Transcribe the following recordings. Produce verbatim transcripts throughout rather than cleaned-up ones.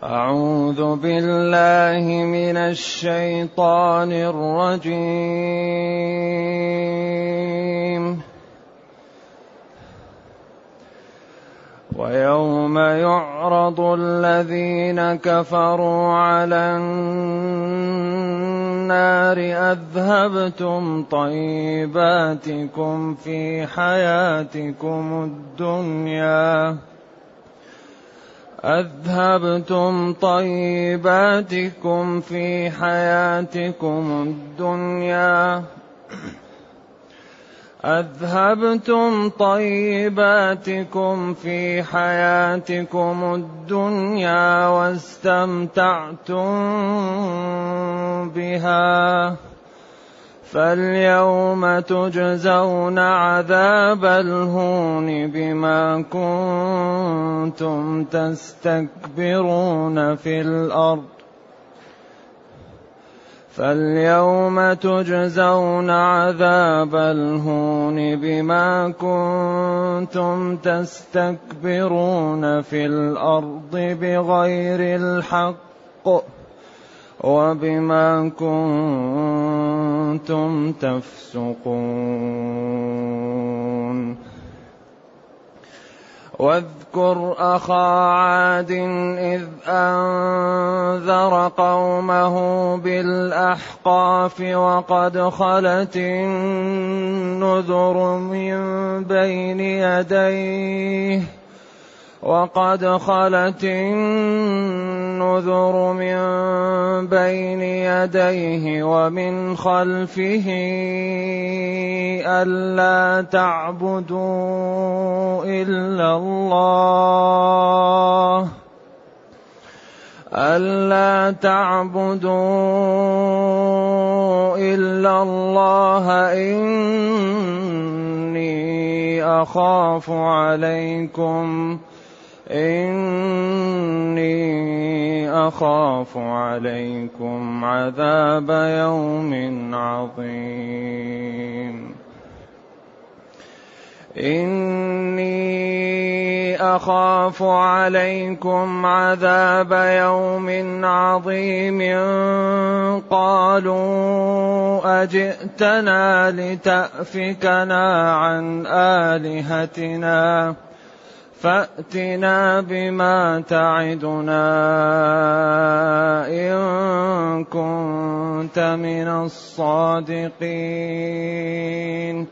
أعوذ بالله من الشيطان الرجيم. ويوم يعرض الذين كفروا على النار أذهبتم طيباتكم في حياتكم الدنيا أذهبتم طيباتكم في حياتكم الدنيا أذهبتم طيباتكم في حياتكم الدنيا واستمتعتم بها فاليوم تجزون عذاب الهون بما كنتم تستكبرون في الأرض فاليوم تجزون عذاب الهون بما كنتم تستكبرون في الأرض بغير الحق وبما كنتم تفسقون. واذكر أخا عاد إذ أنذر قومه بالأحقاف وقد خلت النذر من بين يديه وقد خلت النذر من بين يديه ومن خلفه ألا تعبدوا إلا الله ألا تعبدوا إلا الله إني أخاف عليكم إني أخاف عليكم عذاب يوم عظيم إني أخاف عليكم عذاب يوم عظيم قالوا أجئتنا لتأفكنا عن آلهتنا فأتنا بما تعدنا إن كنت من الصادقين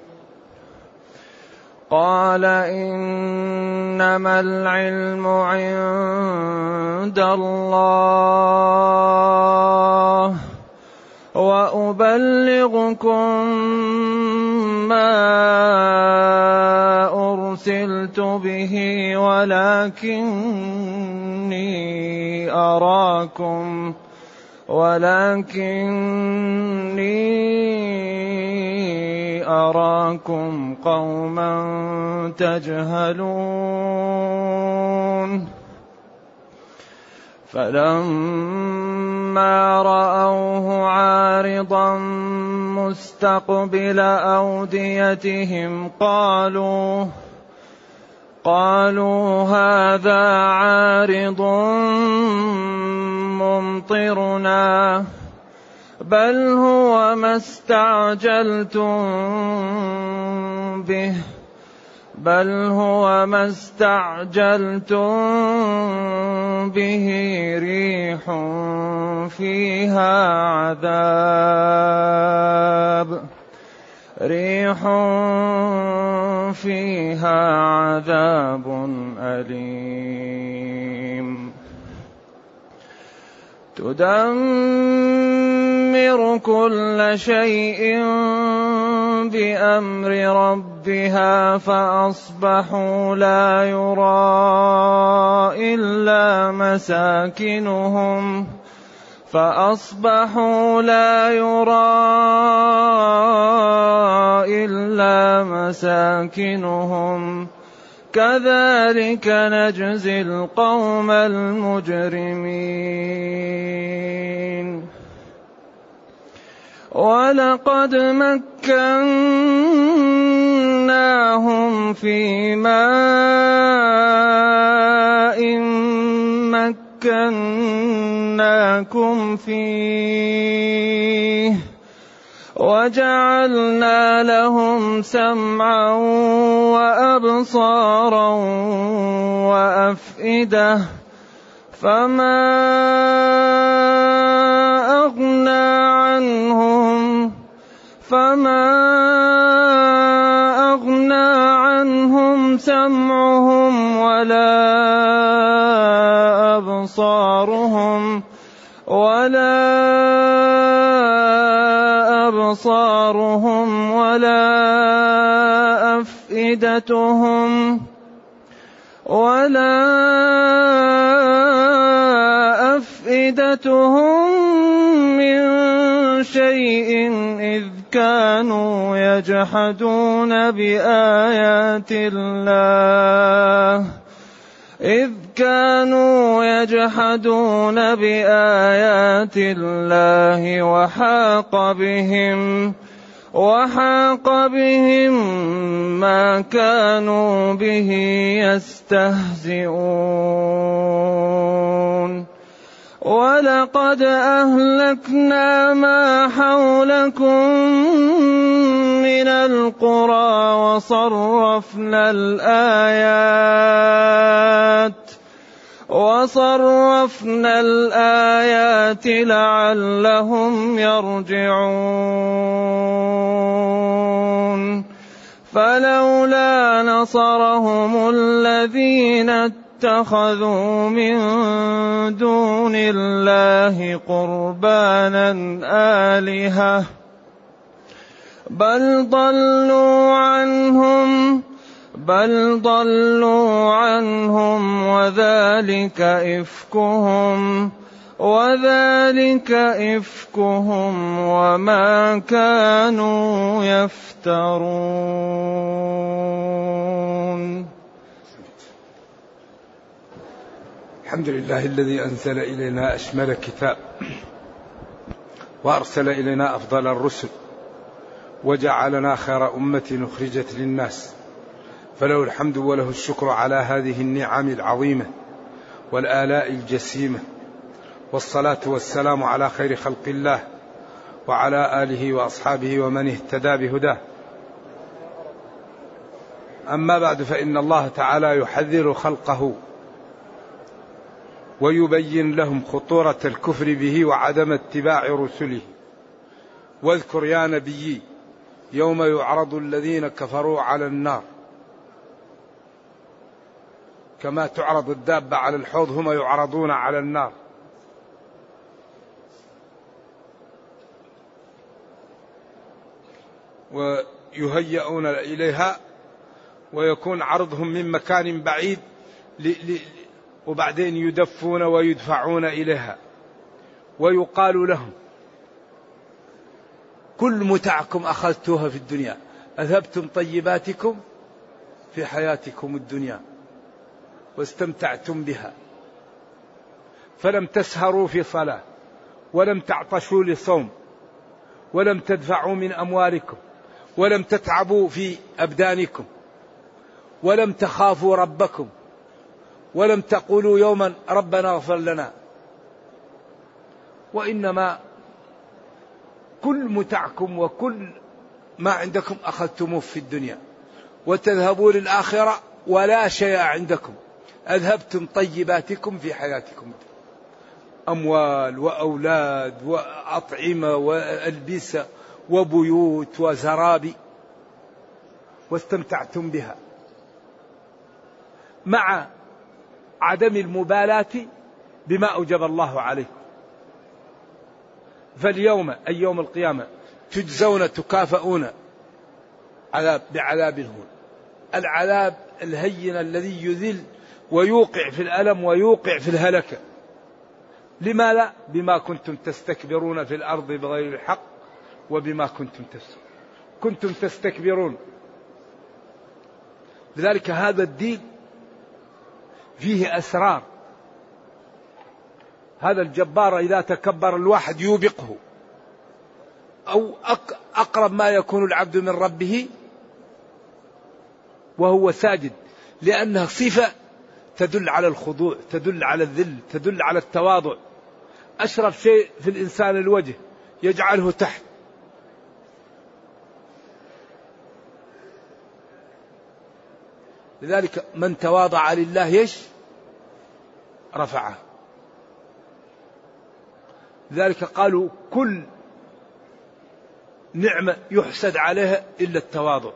قال إنما العلم عند الله وأبلغكم ما أرسلت به ولكني أراكم ولكني أراكم قوما تجهلون فلما رأوه عارضا مستقبل أوديتهم قالوا قالوا هذا عارض ممطرنا بل هو ما استعجلتم به بل هو ما استعجلتم به ريح فيها عذاب ريح فيها عذاب أليم تدمر كل شيء بأمر ربها فأصبحوا لا يرى إلا مساكنهم فأصبحوا لا يرى إلا مساكنهم كذلك نجزي القوم المجرمين ولقد مكناهم في ماء مكناكم فيه وجعلنا لهم سمعا وأبصارا وأفئدة فما أغنى عنهم فما أغنى عنهم سمعهم ولا أبصارهم ولا أبصارهم ولا أفئدتهم ولا أفئدتهم من شيء إذ كانوا يجحدون بآيات الله إذ كانوا يجحدون بآيات الله وحاق بهم وحاق بهم ما كانوا به يستهزئون ولقد أهلكنا ما حولكم من القرى وصرفنا الآيات وصرفنا الآيات لعلهم يرجعون فلولا نصرهم الذين اتخذوا من دون الله قربانا آلهة بل ضلوا عنهم بل ضلوا عنهم وذلك إفكهم وذلك إفكهم وما كانوا يفترون. الحمد لله الذي أنزل إلينا أشمل كتاب وأرسل إلينا أفضل الرسل وجعلنا خير أمة أخرجت للناس، فله الحمد وله الشكر على هذه النعم العظيمة والآلاء الجسيمة، والصلاة والسلام على خير خلق الله وعلى آله وأصحابه ومن اهتدى بهداه. أما بعد، فإن الله تعالى يحذر خلقه ويبين لهم خطورة الكفر به وعدم اتباع رسله. واذكر يا نبي يوم يعرض الذين كفروا على النار كما تعرض الدابة على الحوض هم يعرضون على النار. ويهيئون إليها ويكون عرضهم من مكان بعيد وبعدين يدفون ويدفعون إليها ويقال لهم كل متعكم أخذتوها في الدنيا، أذهبتم طيباتكم في حياتكم الدنيا واستمتعتم بها، فلم تسهروا في صلاة ولم تعطشوا لصوم ولم تدفعوا من أموالكم ولم تتعبوا في أبدانكم ولم تخافوا ربكم ولم تقولوا يوما ربنا اغفر لنا، وإنما كل متعكم وكل ما عندكم أخذتموه في الدنيا وتذهبوا للآخرة ولا شيء عندكم، أذهبتم طيباتكم في حياتكم، أموال وأولاد وأطعمة وألبسة وبيوت وزرابي، واستمتعتم بها مع عدم المبالاة بما أوجب الله عليكم. فاليوم أي يوم القيامة تجزون تكافؤون عذاب بعذاب الهون، العذاب الهين الذي يذل ويوقع في الألم ويوقع في الهلكة. لماذا؟ بما كنتم تستكبرون في الأرض بغير الحق وبما كنتم تفسقون، كنتم تستكبرون. لذلك هذا الدين فيه أسرار. هذا الجبار إذا تكبر الواحد يوبقه، أو أقرب ما يكون العبد من ربه وهو ساجد، لأنها صفة تدل على الخضوع، تدل على الذل، تدل على التواضع. أشرف شيء في الإنسان الوجه، يجعله تحت. لذلك من تواضع لله يش رفعه. لذلك قالوا كل نعمة يحسد عليها إلا التواضع.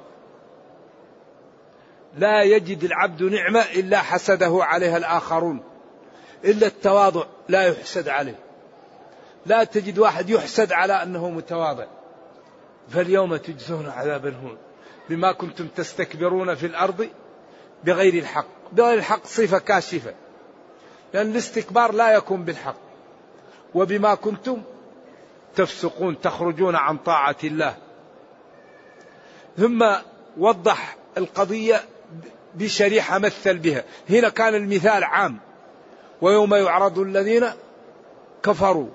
لا يجد العبد نعمة إلا حسده عليها الآخرون، إلا التواضع لا يحسد عليه. لا تجد واحد يحسد على أنه متواضع. فاليوم تجزون عذاب الهون بما كنتم تستكبرون في الأرض بغير الحق. بغير الحق صفة كاشفة، لأن الاستكبار لا يكون بالحق. وبما كنتم تفسقون، تخرجون عن طاعة الله. ثم وضح القضية بشريحة مثل بها. هنا كان المثال عام، ويوم يعرض الذين كفروا،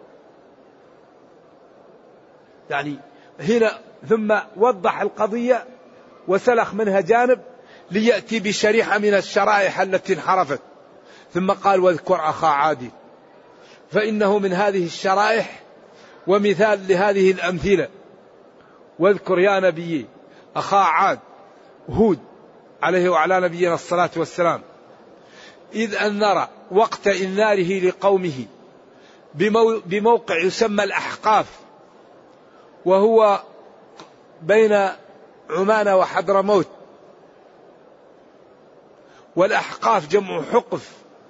يعني هنا ثم وضح القضية وسلخ منها جانب ليأتي بشريحة من الشرائح التي انحرفت. ثم قال واذكر أخا عاد، فإنه من هذه الشرائح ومثال لهذه الأمثلة. واذكر يا نبي أخا عاد هود عليه وعلى نبينا الصلاة والسلام، إذ أنذر وقت إنذاره لقومه بموقع يسمى الأحقاف، وهو بين عمان وحضرموت. والأحقاف جمع حقف،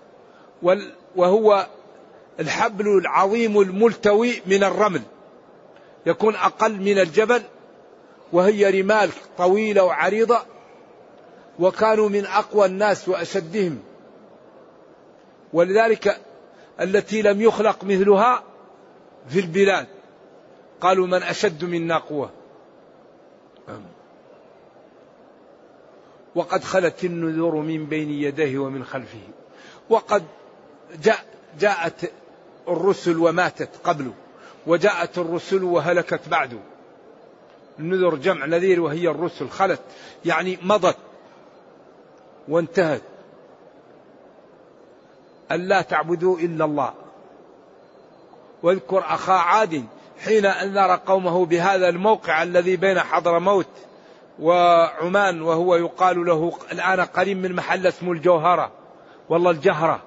وهو الحبل العظيم الملتوي من الرمل، يكون أقل من الجبل، وهي رمال طويلة وعريضة، وكانوا من أقوى الناس وأشدهم. ولذلك التي لم يخلق مثلها في البلاد، قالوا من أشد منا قوة. وقد خلت النذور من بين يديه ومن خلفه. وقد جاء جاءت الرسل وماتت قبله، وجاءت الرسل وهلكت بعده. النذر جمع نذير، وهي الرسل. خلت يعني مضت وانتهت. ألا تعبدوا إلا الله. واذكر أخا عاد حين أنذر قومه بهذا الموقع الذي بين حضرموت وعمان، وهو يقال له الآن قريب من محل اسمه الجوهرة، والله الجهرة.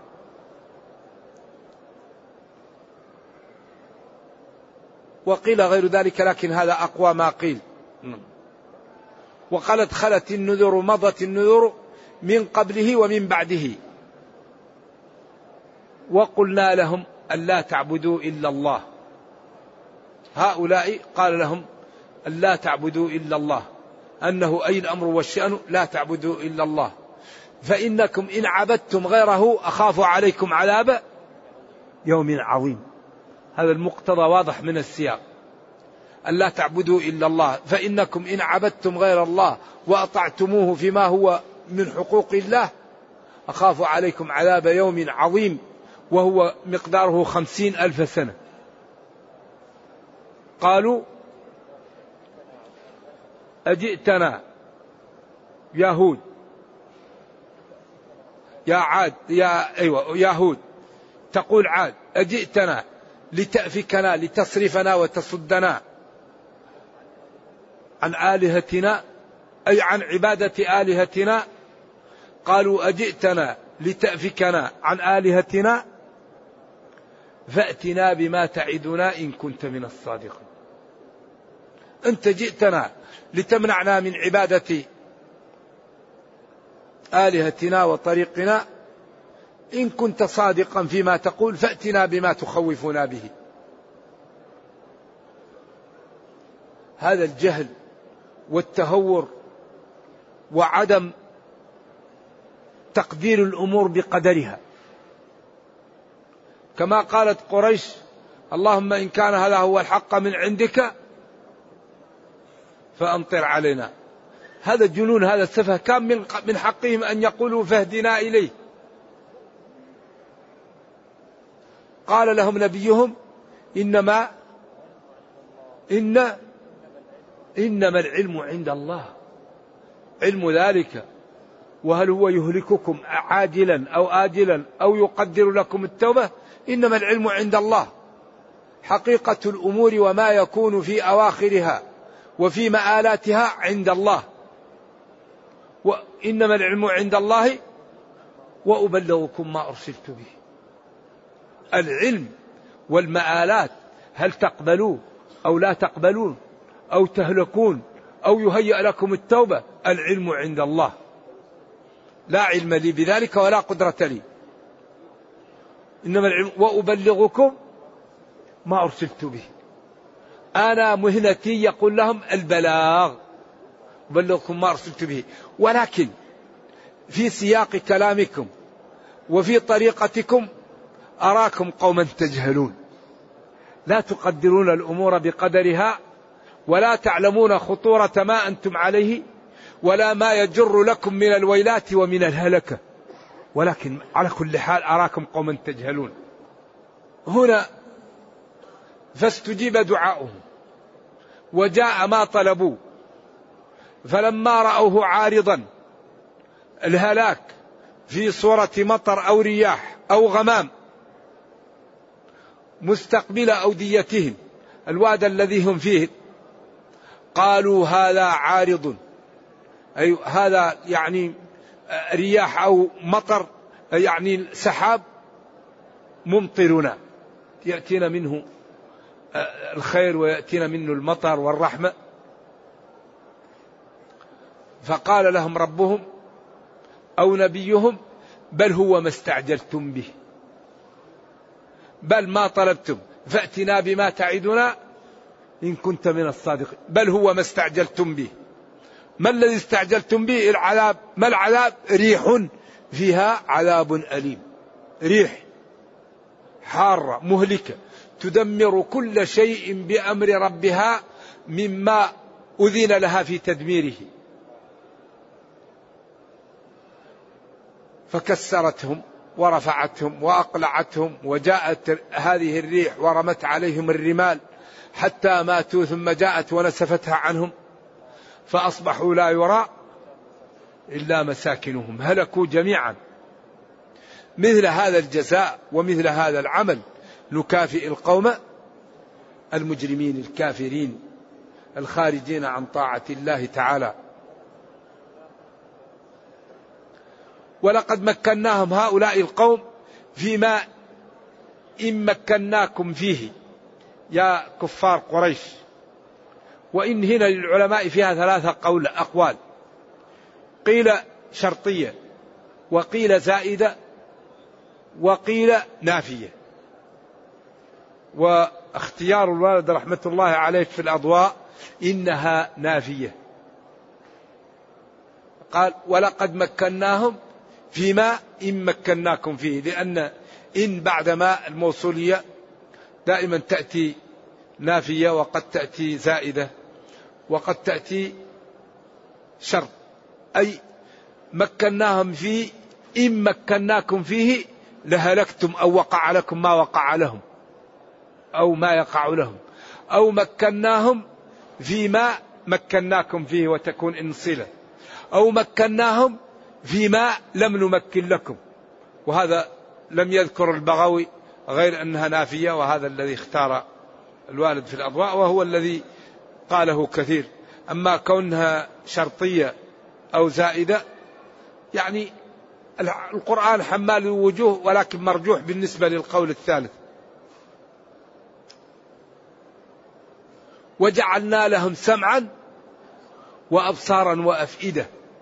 وقيل غير ذلك، لكن هذا أقوى ما قيل. وقالت خلت النذر، مضت النذر من قبله ومن بعده. وقلنا لهم ألا تعبدوا إلا الله. هؤلاء قال لهم ألا تعبدوا إلا الله، أنه أي الأمر والشأن لا تعبدوا إلا الله، فإنكم إن عبدتم غيره أخاف عليكم عذاب يوم عظيم. هذا المقتضى واضح من السياق. ألا تعبدوا إلا الله، فإنكم إن عبدتم غير الله وأطعتموه فيما هو من حقوق الله أخاف عليكم عذاب يوم عظيم، وهو مقداره خمسين ألف سنة. قالوا أجئتنا يا هود، يا عاد، يا أيوة يا هود، تقول عاد أجئتنا لتأفكنا لتصرفنا وتصدنا عن آلهتنا، أي عن عبادة آلهتنا. قالوا أجئتنا لتأفكنا عن آلهتنا فأتنا بما تعدنا إن كنت من الصادقين. أنت جئتنا لتمنعنا من عبادة آلهتنا وطريقنا، إن كنت صادقا فيما تقول فأتنا بما تخوفنا به. هذا الجهل والتهور وعدم تقدير الأمور بقدرها، كما قالت قريش اللهم إن كان هذا هو الحق من عندك فأمطر علينا. هذا الجنون، هذا السفه، كان من من حقهم أن يقولوا فاهدنا إليه. قال لهم نبيهم إنما إن إنما العلم عند الله، علم ذلك وهل هو يهلككم عاجلا أو آجلا أو يقدر لكم التوبة؟ إنما العلم عند الله. حقيقة الأمور وما يكون في أواخرها وفي مآلاتها عند الله. وإنما العلم عند الله وأبلغكم ما أرسلت به. العلم والمآلات هل تقبلون أو لا تقبلون أو تهلكون أو يهيأ لكم التوبة، العلم عند الله. لا علم لي بذلك ولا قدرة لي. إنما العلم وأبلغكم ما أرسلت به. أنا مهنتي يقول لهم البلاغ، أبلغكم ما أرسلت به. ولكن في سياق كلامكم وفي طريقتكم أراكم قوما تجهلون، لا تقدرون الأمور بقدرها ولا تعلمون خطورة ما أنتم عليه ولا ما يجر لكم من الويلات ومن الهلكة، ولكن على كل حال أراكم قوما تجهلون. هنا فاستجيب دعاؤهم وجاء ما طلبوا، فلما رأوه عارضا الهلاك في صورة مطر أو رياح أو غمام مستقبل أوديتهم، الواد الذي هم فيه، قالوا هذا عارض، أي هذا يعني رياح أو مطر، يعني سحاب ممطرنا يأتينا منه الخير ويأتينا منه المطر والرحمة. فقال لهم ربهم أو نبيهم بل هو ما استعجلتم به، بل ما طلبتم فأتنا بما تعدنا إن كنت من الصادقين، بل هو ما استعجلتم به. ما الذي استعجلتم به؟ العذاب. ما العذاب؟ ريح فيها عذاب أليم، ريح حارة مهلكة تدمر كل شيء بأمر ربها مما أذن لها في تدميره. فكسرتهم ورفعتهم وأقلعتهم، وجاءت هذه الريح ورمت عليهم الرمال حتى ماتوا، ثم جاءت ونسفتها عنهم فأصبحوا لا يرى إلا مساكنهم، هلكوا جميعا. مثل هذا الجزاء ومثل هذا العمل نكافئ القوم المجرمين الكافرين الخارجين عن طاعة الله تعالى. ولقد مكناهم هؤلاء القوم فيما إن مكناكم فيه يا كفار قريش. وإن هنا للعلماء فيها ثلاثة قول أقوال، قيل شرطية وقيل زائدة وقيل نافية. واختيار الوالد رحمة الله عليه في الأضواء إنها نافية. قال ولقد مكناهم فيما إن مكناكم فيه، لأن إن بعد ما الموصولية دائما تأتي نافية وقد تأتي زائدة وقد تأتي شرط، أي مكناهم فيه إن مكناكم فيه لهلكتم أو وقع لكم ما وقع لهم أو ما يقع لهم، أو مكناهم فيما مكناكم فيه وتكون إن صلة، أو مكناهم فيما لم نمكن لكم. وهذا لم يذكر البغوي غير أنها نافية، وهذا الذي اختار الوالد في الأضواء وهو الذي قاله كثير. أما كونها شرطية أو زائدة يعني القرآن حمال الوجوه، ولكن مرجوح بالنسبة للقول الثالث. وجعلنا لهم سمعا وأبصارا وأفئدة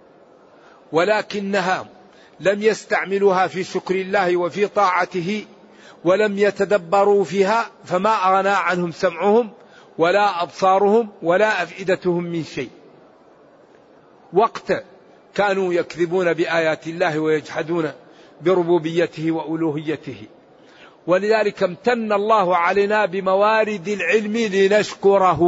ولكنها لم يستعملوها في شكر الله وفي طاعته ولم يتدبروا فيها، فما أغنى عنهم سمعهم ولا أبصارهم ولا أفئدتهم من شيء. وقت كانوا يكذبون بآيات الله ويجحدون بربوبيته وألوهيته. ولذلك امتن الله علينا بموارد العلم لنشكره.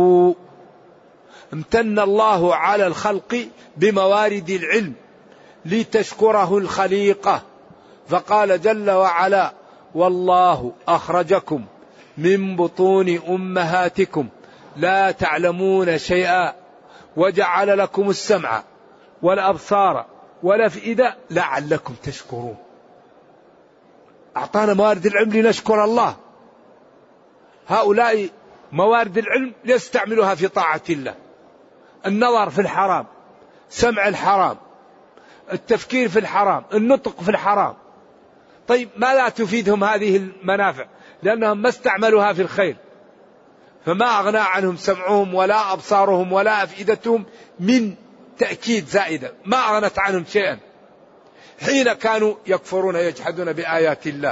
امتن الله على الخلق بموارد العلم لتشكره الخليقة، فقال جل وعلا والله أخرجكم من بطون أمهاتكم لا تعلمون شيئا وجعل لكم السمع والأبصار والأفئدة لعلكم تشكرون. أعطانا موارد العلم لنشكر الله. هؤلاء موارد العلم ليستعملوها في طاعة الله. النظر في الحرام، سمع الحرام، التفكير في الحرام، النطق في الحرام. طيب ما لا تفيدهم هذه المنافع؟ لأنهم ما استعملوها في الخير، فما أغنى عنهم سمعهم ولا أبصارهم ولا أفئدتهم من تأكيد زائدة، ما أغنت عنهم شيئا حين كانوا يكفرون يجحدون بآيات الله.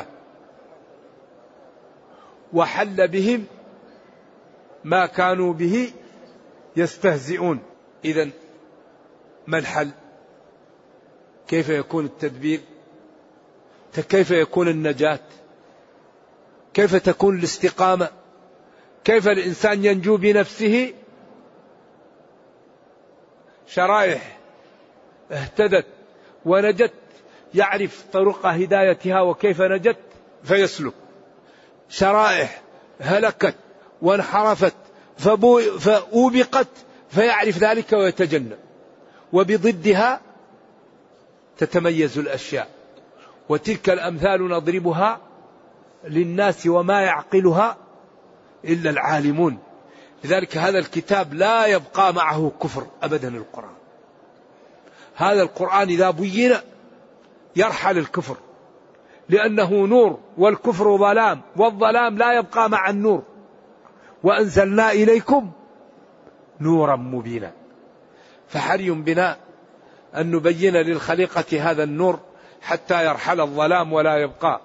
وحل بهم ما كانوا به يستهزئون. إذن ما الحل؟ كيف يكون التدبير؟ كيف يكون النجاة؟ كيف تكون الاستقامة؟ كيف الإنسان ينجو بنفسه؟ شرائح اهتدت ونجت، يعرف طرق هدايتها وكيف نجت فيسلك. شرائح هلكت وانحرفت فأوبقت فيعرف ذلك ويتجنب. وبضدها تتميز الأشياء. وتلك الأمثال نضربها للناس وما يعقلها إلا العالمون. لذلك هذا الكتاب لا يبقى معه كفر أبدا. القرآن هذا القرآن إذا بين يرحل الكفر، لأنه نور والكفر ظلام، والظلام لا يبقى مع النور. وأنزلنا إليكم نورا مبينا. فحري بنا أن نبين للخليقة هذا النور حتى يرحل الظلام ولا يبقى.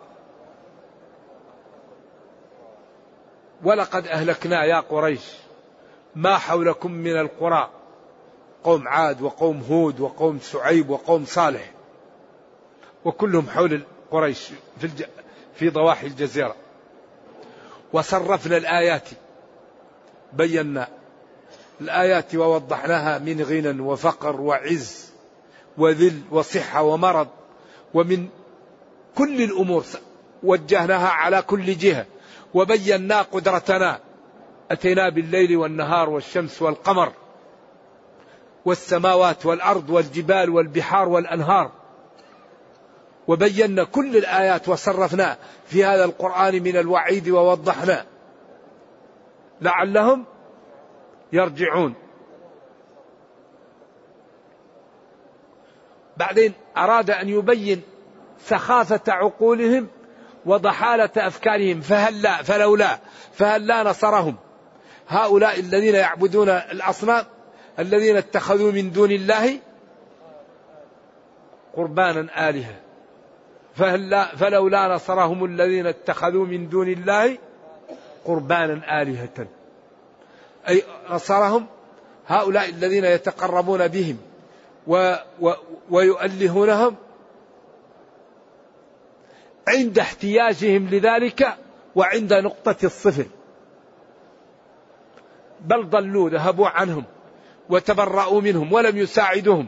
ولقد أهلكنا يا قريش ما حولكم من القرى، قوم عاد وقوم هود وقوم شعيب وقوم صالح، وكلهم حول قريش في, الج... في ضواحي الجزيرة. وصرفنا الآيات، بينا الآيات ووضحناها من غنى وفقر وعز وذل وصحة ومرض، ومن كل الأمور وجهناها على كل جهة. وبينا قدرتنا، أتينا بالليل والنهار والشمس والقمر والسماوات والأرض والجبال والبحار والأنهار. وبينا كل الآيات وصرفنا في هذا القرآن من الوعيد ووضحنا لعلهم يرجعون. بعدين أراد أن يبين سخافة عقولهم وضحالة أفكارهم. فهلا فلولا فهلا نصرهم هؤلاء الذين يعبدون الأصنام الذين اتخذوا من دون الله قربانا آلهة. فهلا فلولا نصرهم الذين اتخذوا من دون الله قربانا آلهة، أي نصرهم هؤلاء الذين يتقربون بهم و و ويؤلهونهم عند احتياجهم لذلك وعند نقطة الصفر. بل ضلوا، ذهبوا عنهم وتبرأوا منهم ولم يساعدوهم.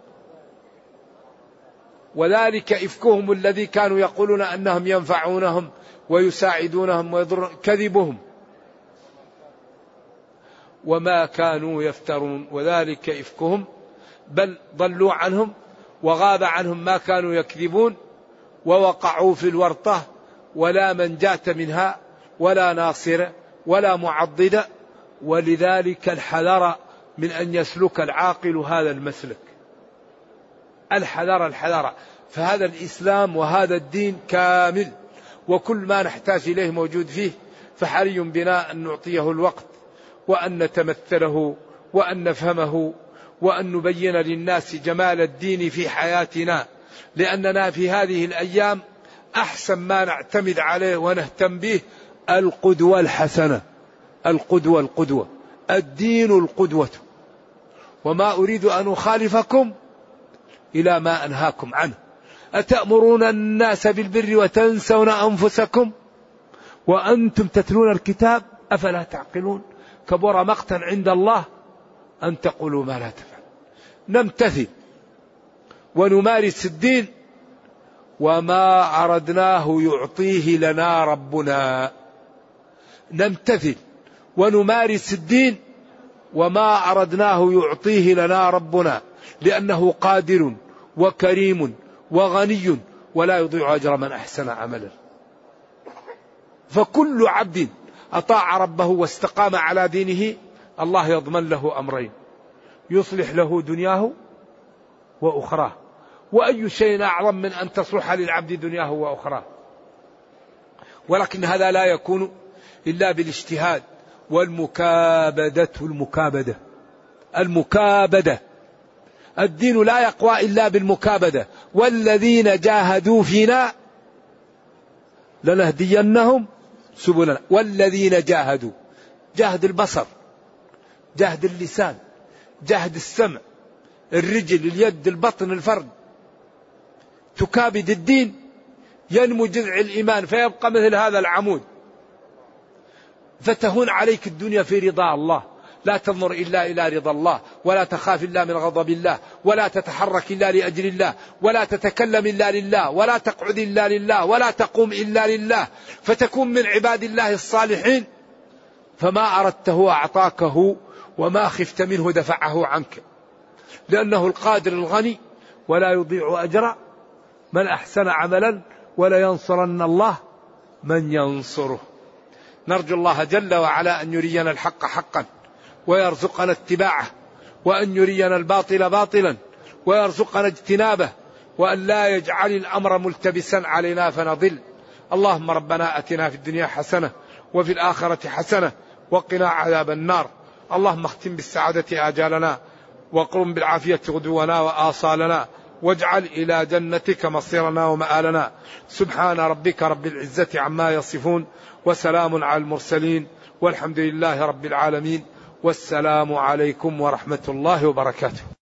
وذلك إفكهم الذي كانوا يقولون أنهم ينفعونهم ويساعدونهم ويضرون، كذبهم وما كانوا يفترون. وذلك إفكهم بل ضلوا عنهم وغاب عنهم ما كانوا يكذبون، ووقعوا في الورطة ولا منجاة منها ولا ناصر ولا معضد. ولذلك الحذر من أن يسلك العاقل هذا المسلك. الحذر الحذر. فهذا الإسلام وهذا الدين كامل، وكل ما نحتاج إليه موجود فيه. فحري بنا أن نعطيه الوقت وأن نتمثله وأن نفهمه وأن نبين للناس جمال الدين في حياتنا، لأننا في هذه الأيام أحسن ما نعتمد عليه ونهتم به القدوة الحسنة. القدوة القدوة الدين القدوة. وما أريد أن أخالفكم إلى ما أنهاكم عنه. أتأمرون الناس بالبر وتنسون أنفسكم وأنتم تتلون الكتاب أفلا تعقلون. كبر مقتا عند الله أن تقولوا ما لا تفعل. نمتثل ونمارس الدين وما أردناه يعطيه لنا ربنا. نمتثل ونمارس الدين وما أردناه يعطيه لنا ربنا، لأنه قادر وكريم وغني ولا يضيع أجر من أحسن عملا. فكل عبد أطاع ربه واستقام على دينه الله يضمن له أمرين: يصلح له دنياه وأخراه. وأي شيء أعظم من أن تصلح للعبد دنياه وأخراه؟ ولكن هذا لا يكون إلا بالاجتهاد والمكابدة. المكابدة المكابدة الدين لا يقوى إلا بالمكابدة. والذين جاهدوا فينا لنهدينهم سبلنا. والذين جاهدوا، جاهد البصر، جاهد اللسان، جاهد السمع، الرجل، اليد، البطن، الفرد. تكابد الدين ينمو جذع الإيمان فيبقى مثل هذا العمود، فتهون عليك الدنيا في رضا الله. لا تنظر إلا إلى رضا الله، ولا تخاف إلا من غضب الله، ولا تتحرك إلا لأجل الله، ولا تتكلم إلا لله، ولا تقعد إلا لله، ولا تقوم إلا لله، فتكون من عباد الله الصالحين. فما أردته أعطاكه، وما خفت منه دفعه عنك، لأنه القادر الغني ولا يضيع أجر من أحسن عملا ولا ينصرن الله من ينصره. نرجو الله جل وعلا أن يرينا الحق حقا ويرزقنا اتباعه، وأن يرينا الباطل باطلا ويرزقنا اجتنابه، وأن لا يجعل الأمر ملتبسا علينا فنضل. اللهم ربنا أتنا في الدنيا حسنة وفي الآخرة حسنة وقنا عذاب النار. اللهم اختم بالسعادة آجالنا، وقرم بالعافية غدونا وآصالنا، واجعل إلى جنتك مصيرنا ومآلنا. سبحان ربك رب العزة عما يصفون، وسلام على المرسلين، والحمد لله رب العالمين، والسلام عليكم ورحمة الله وبركاته.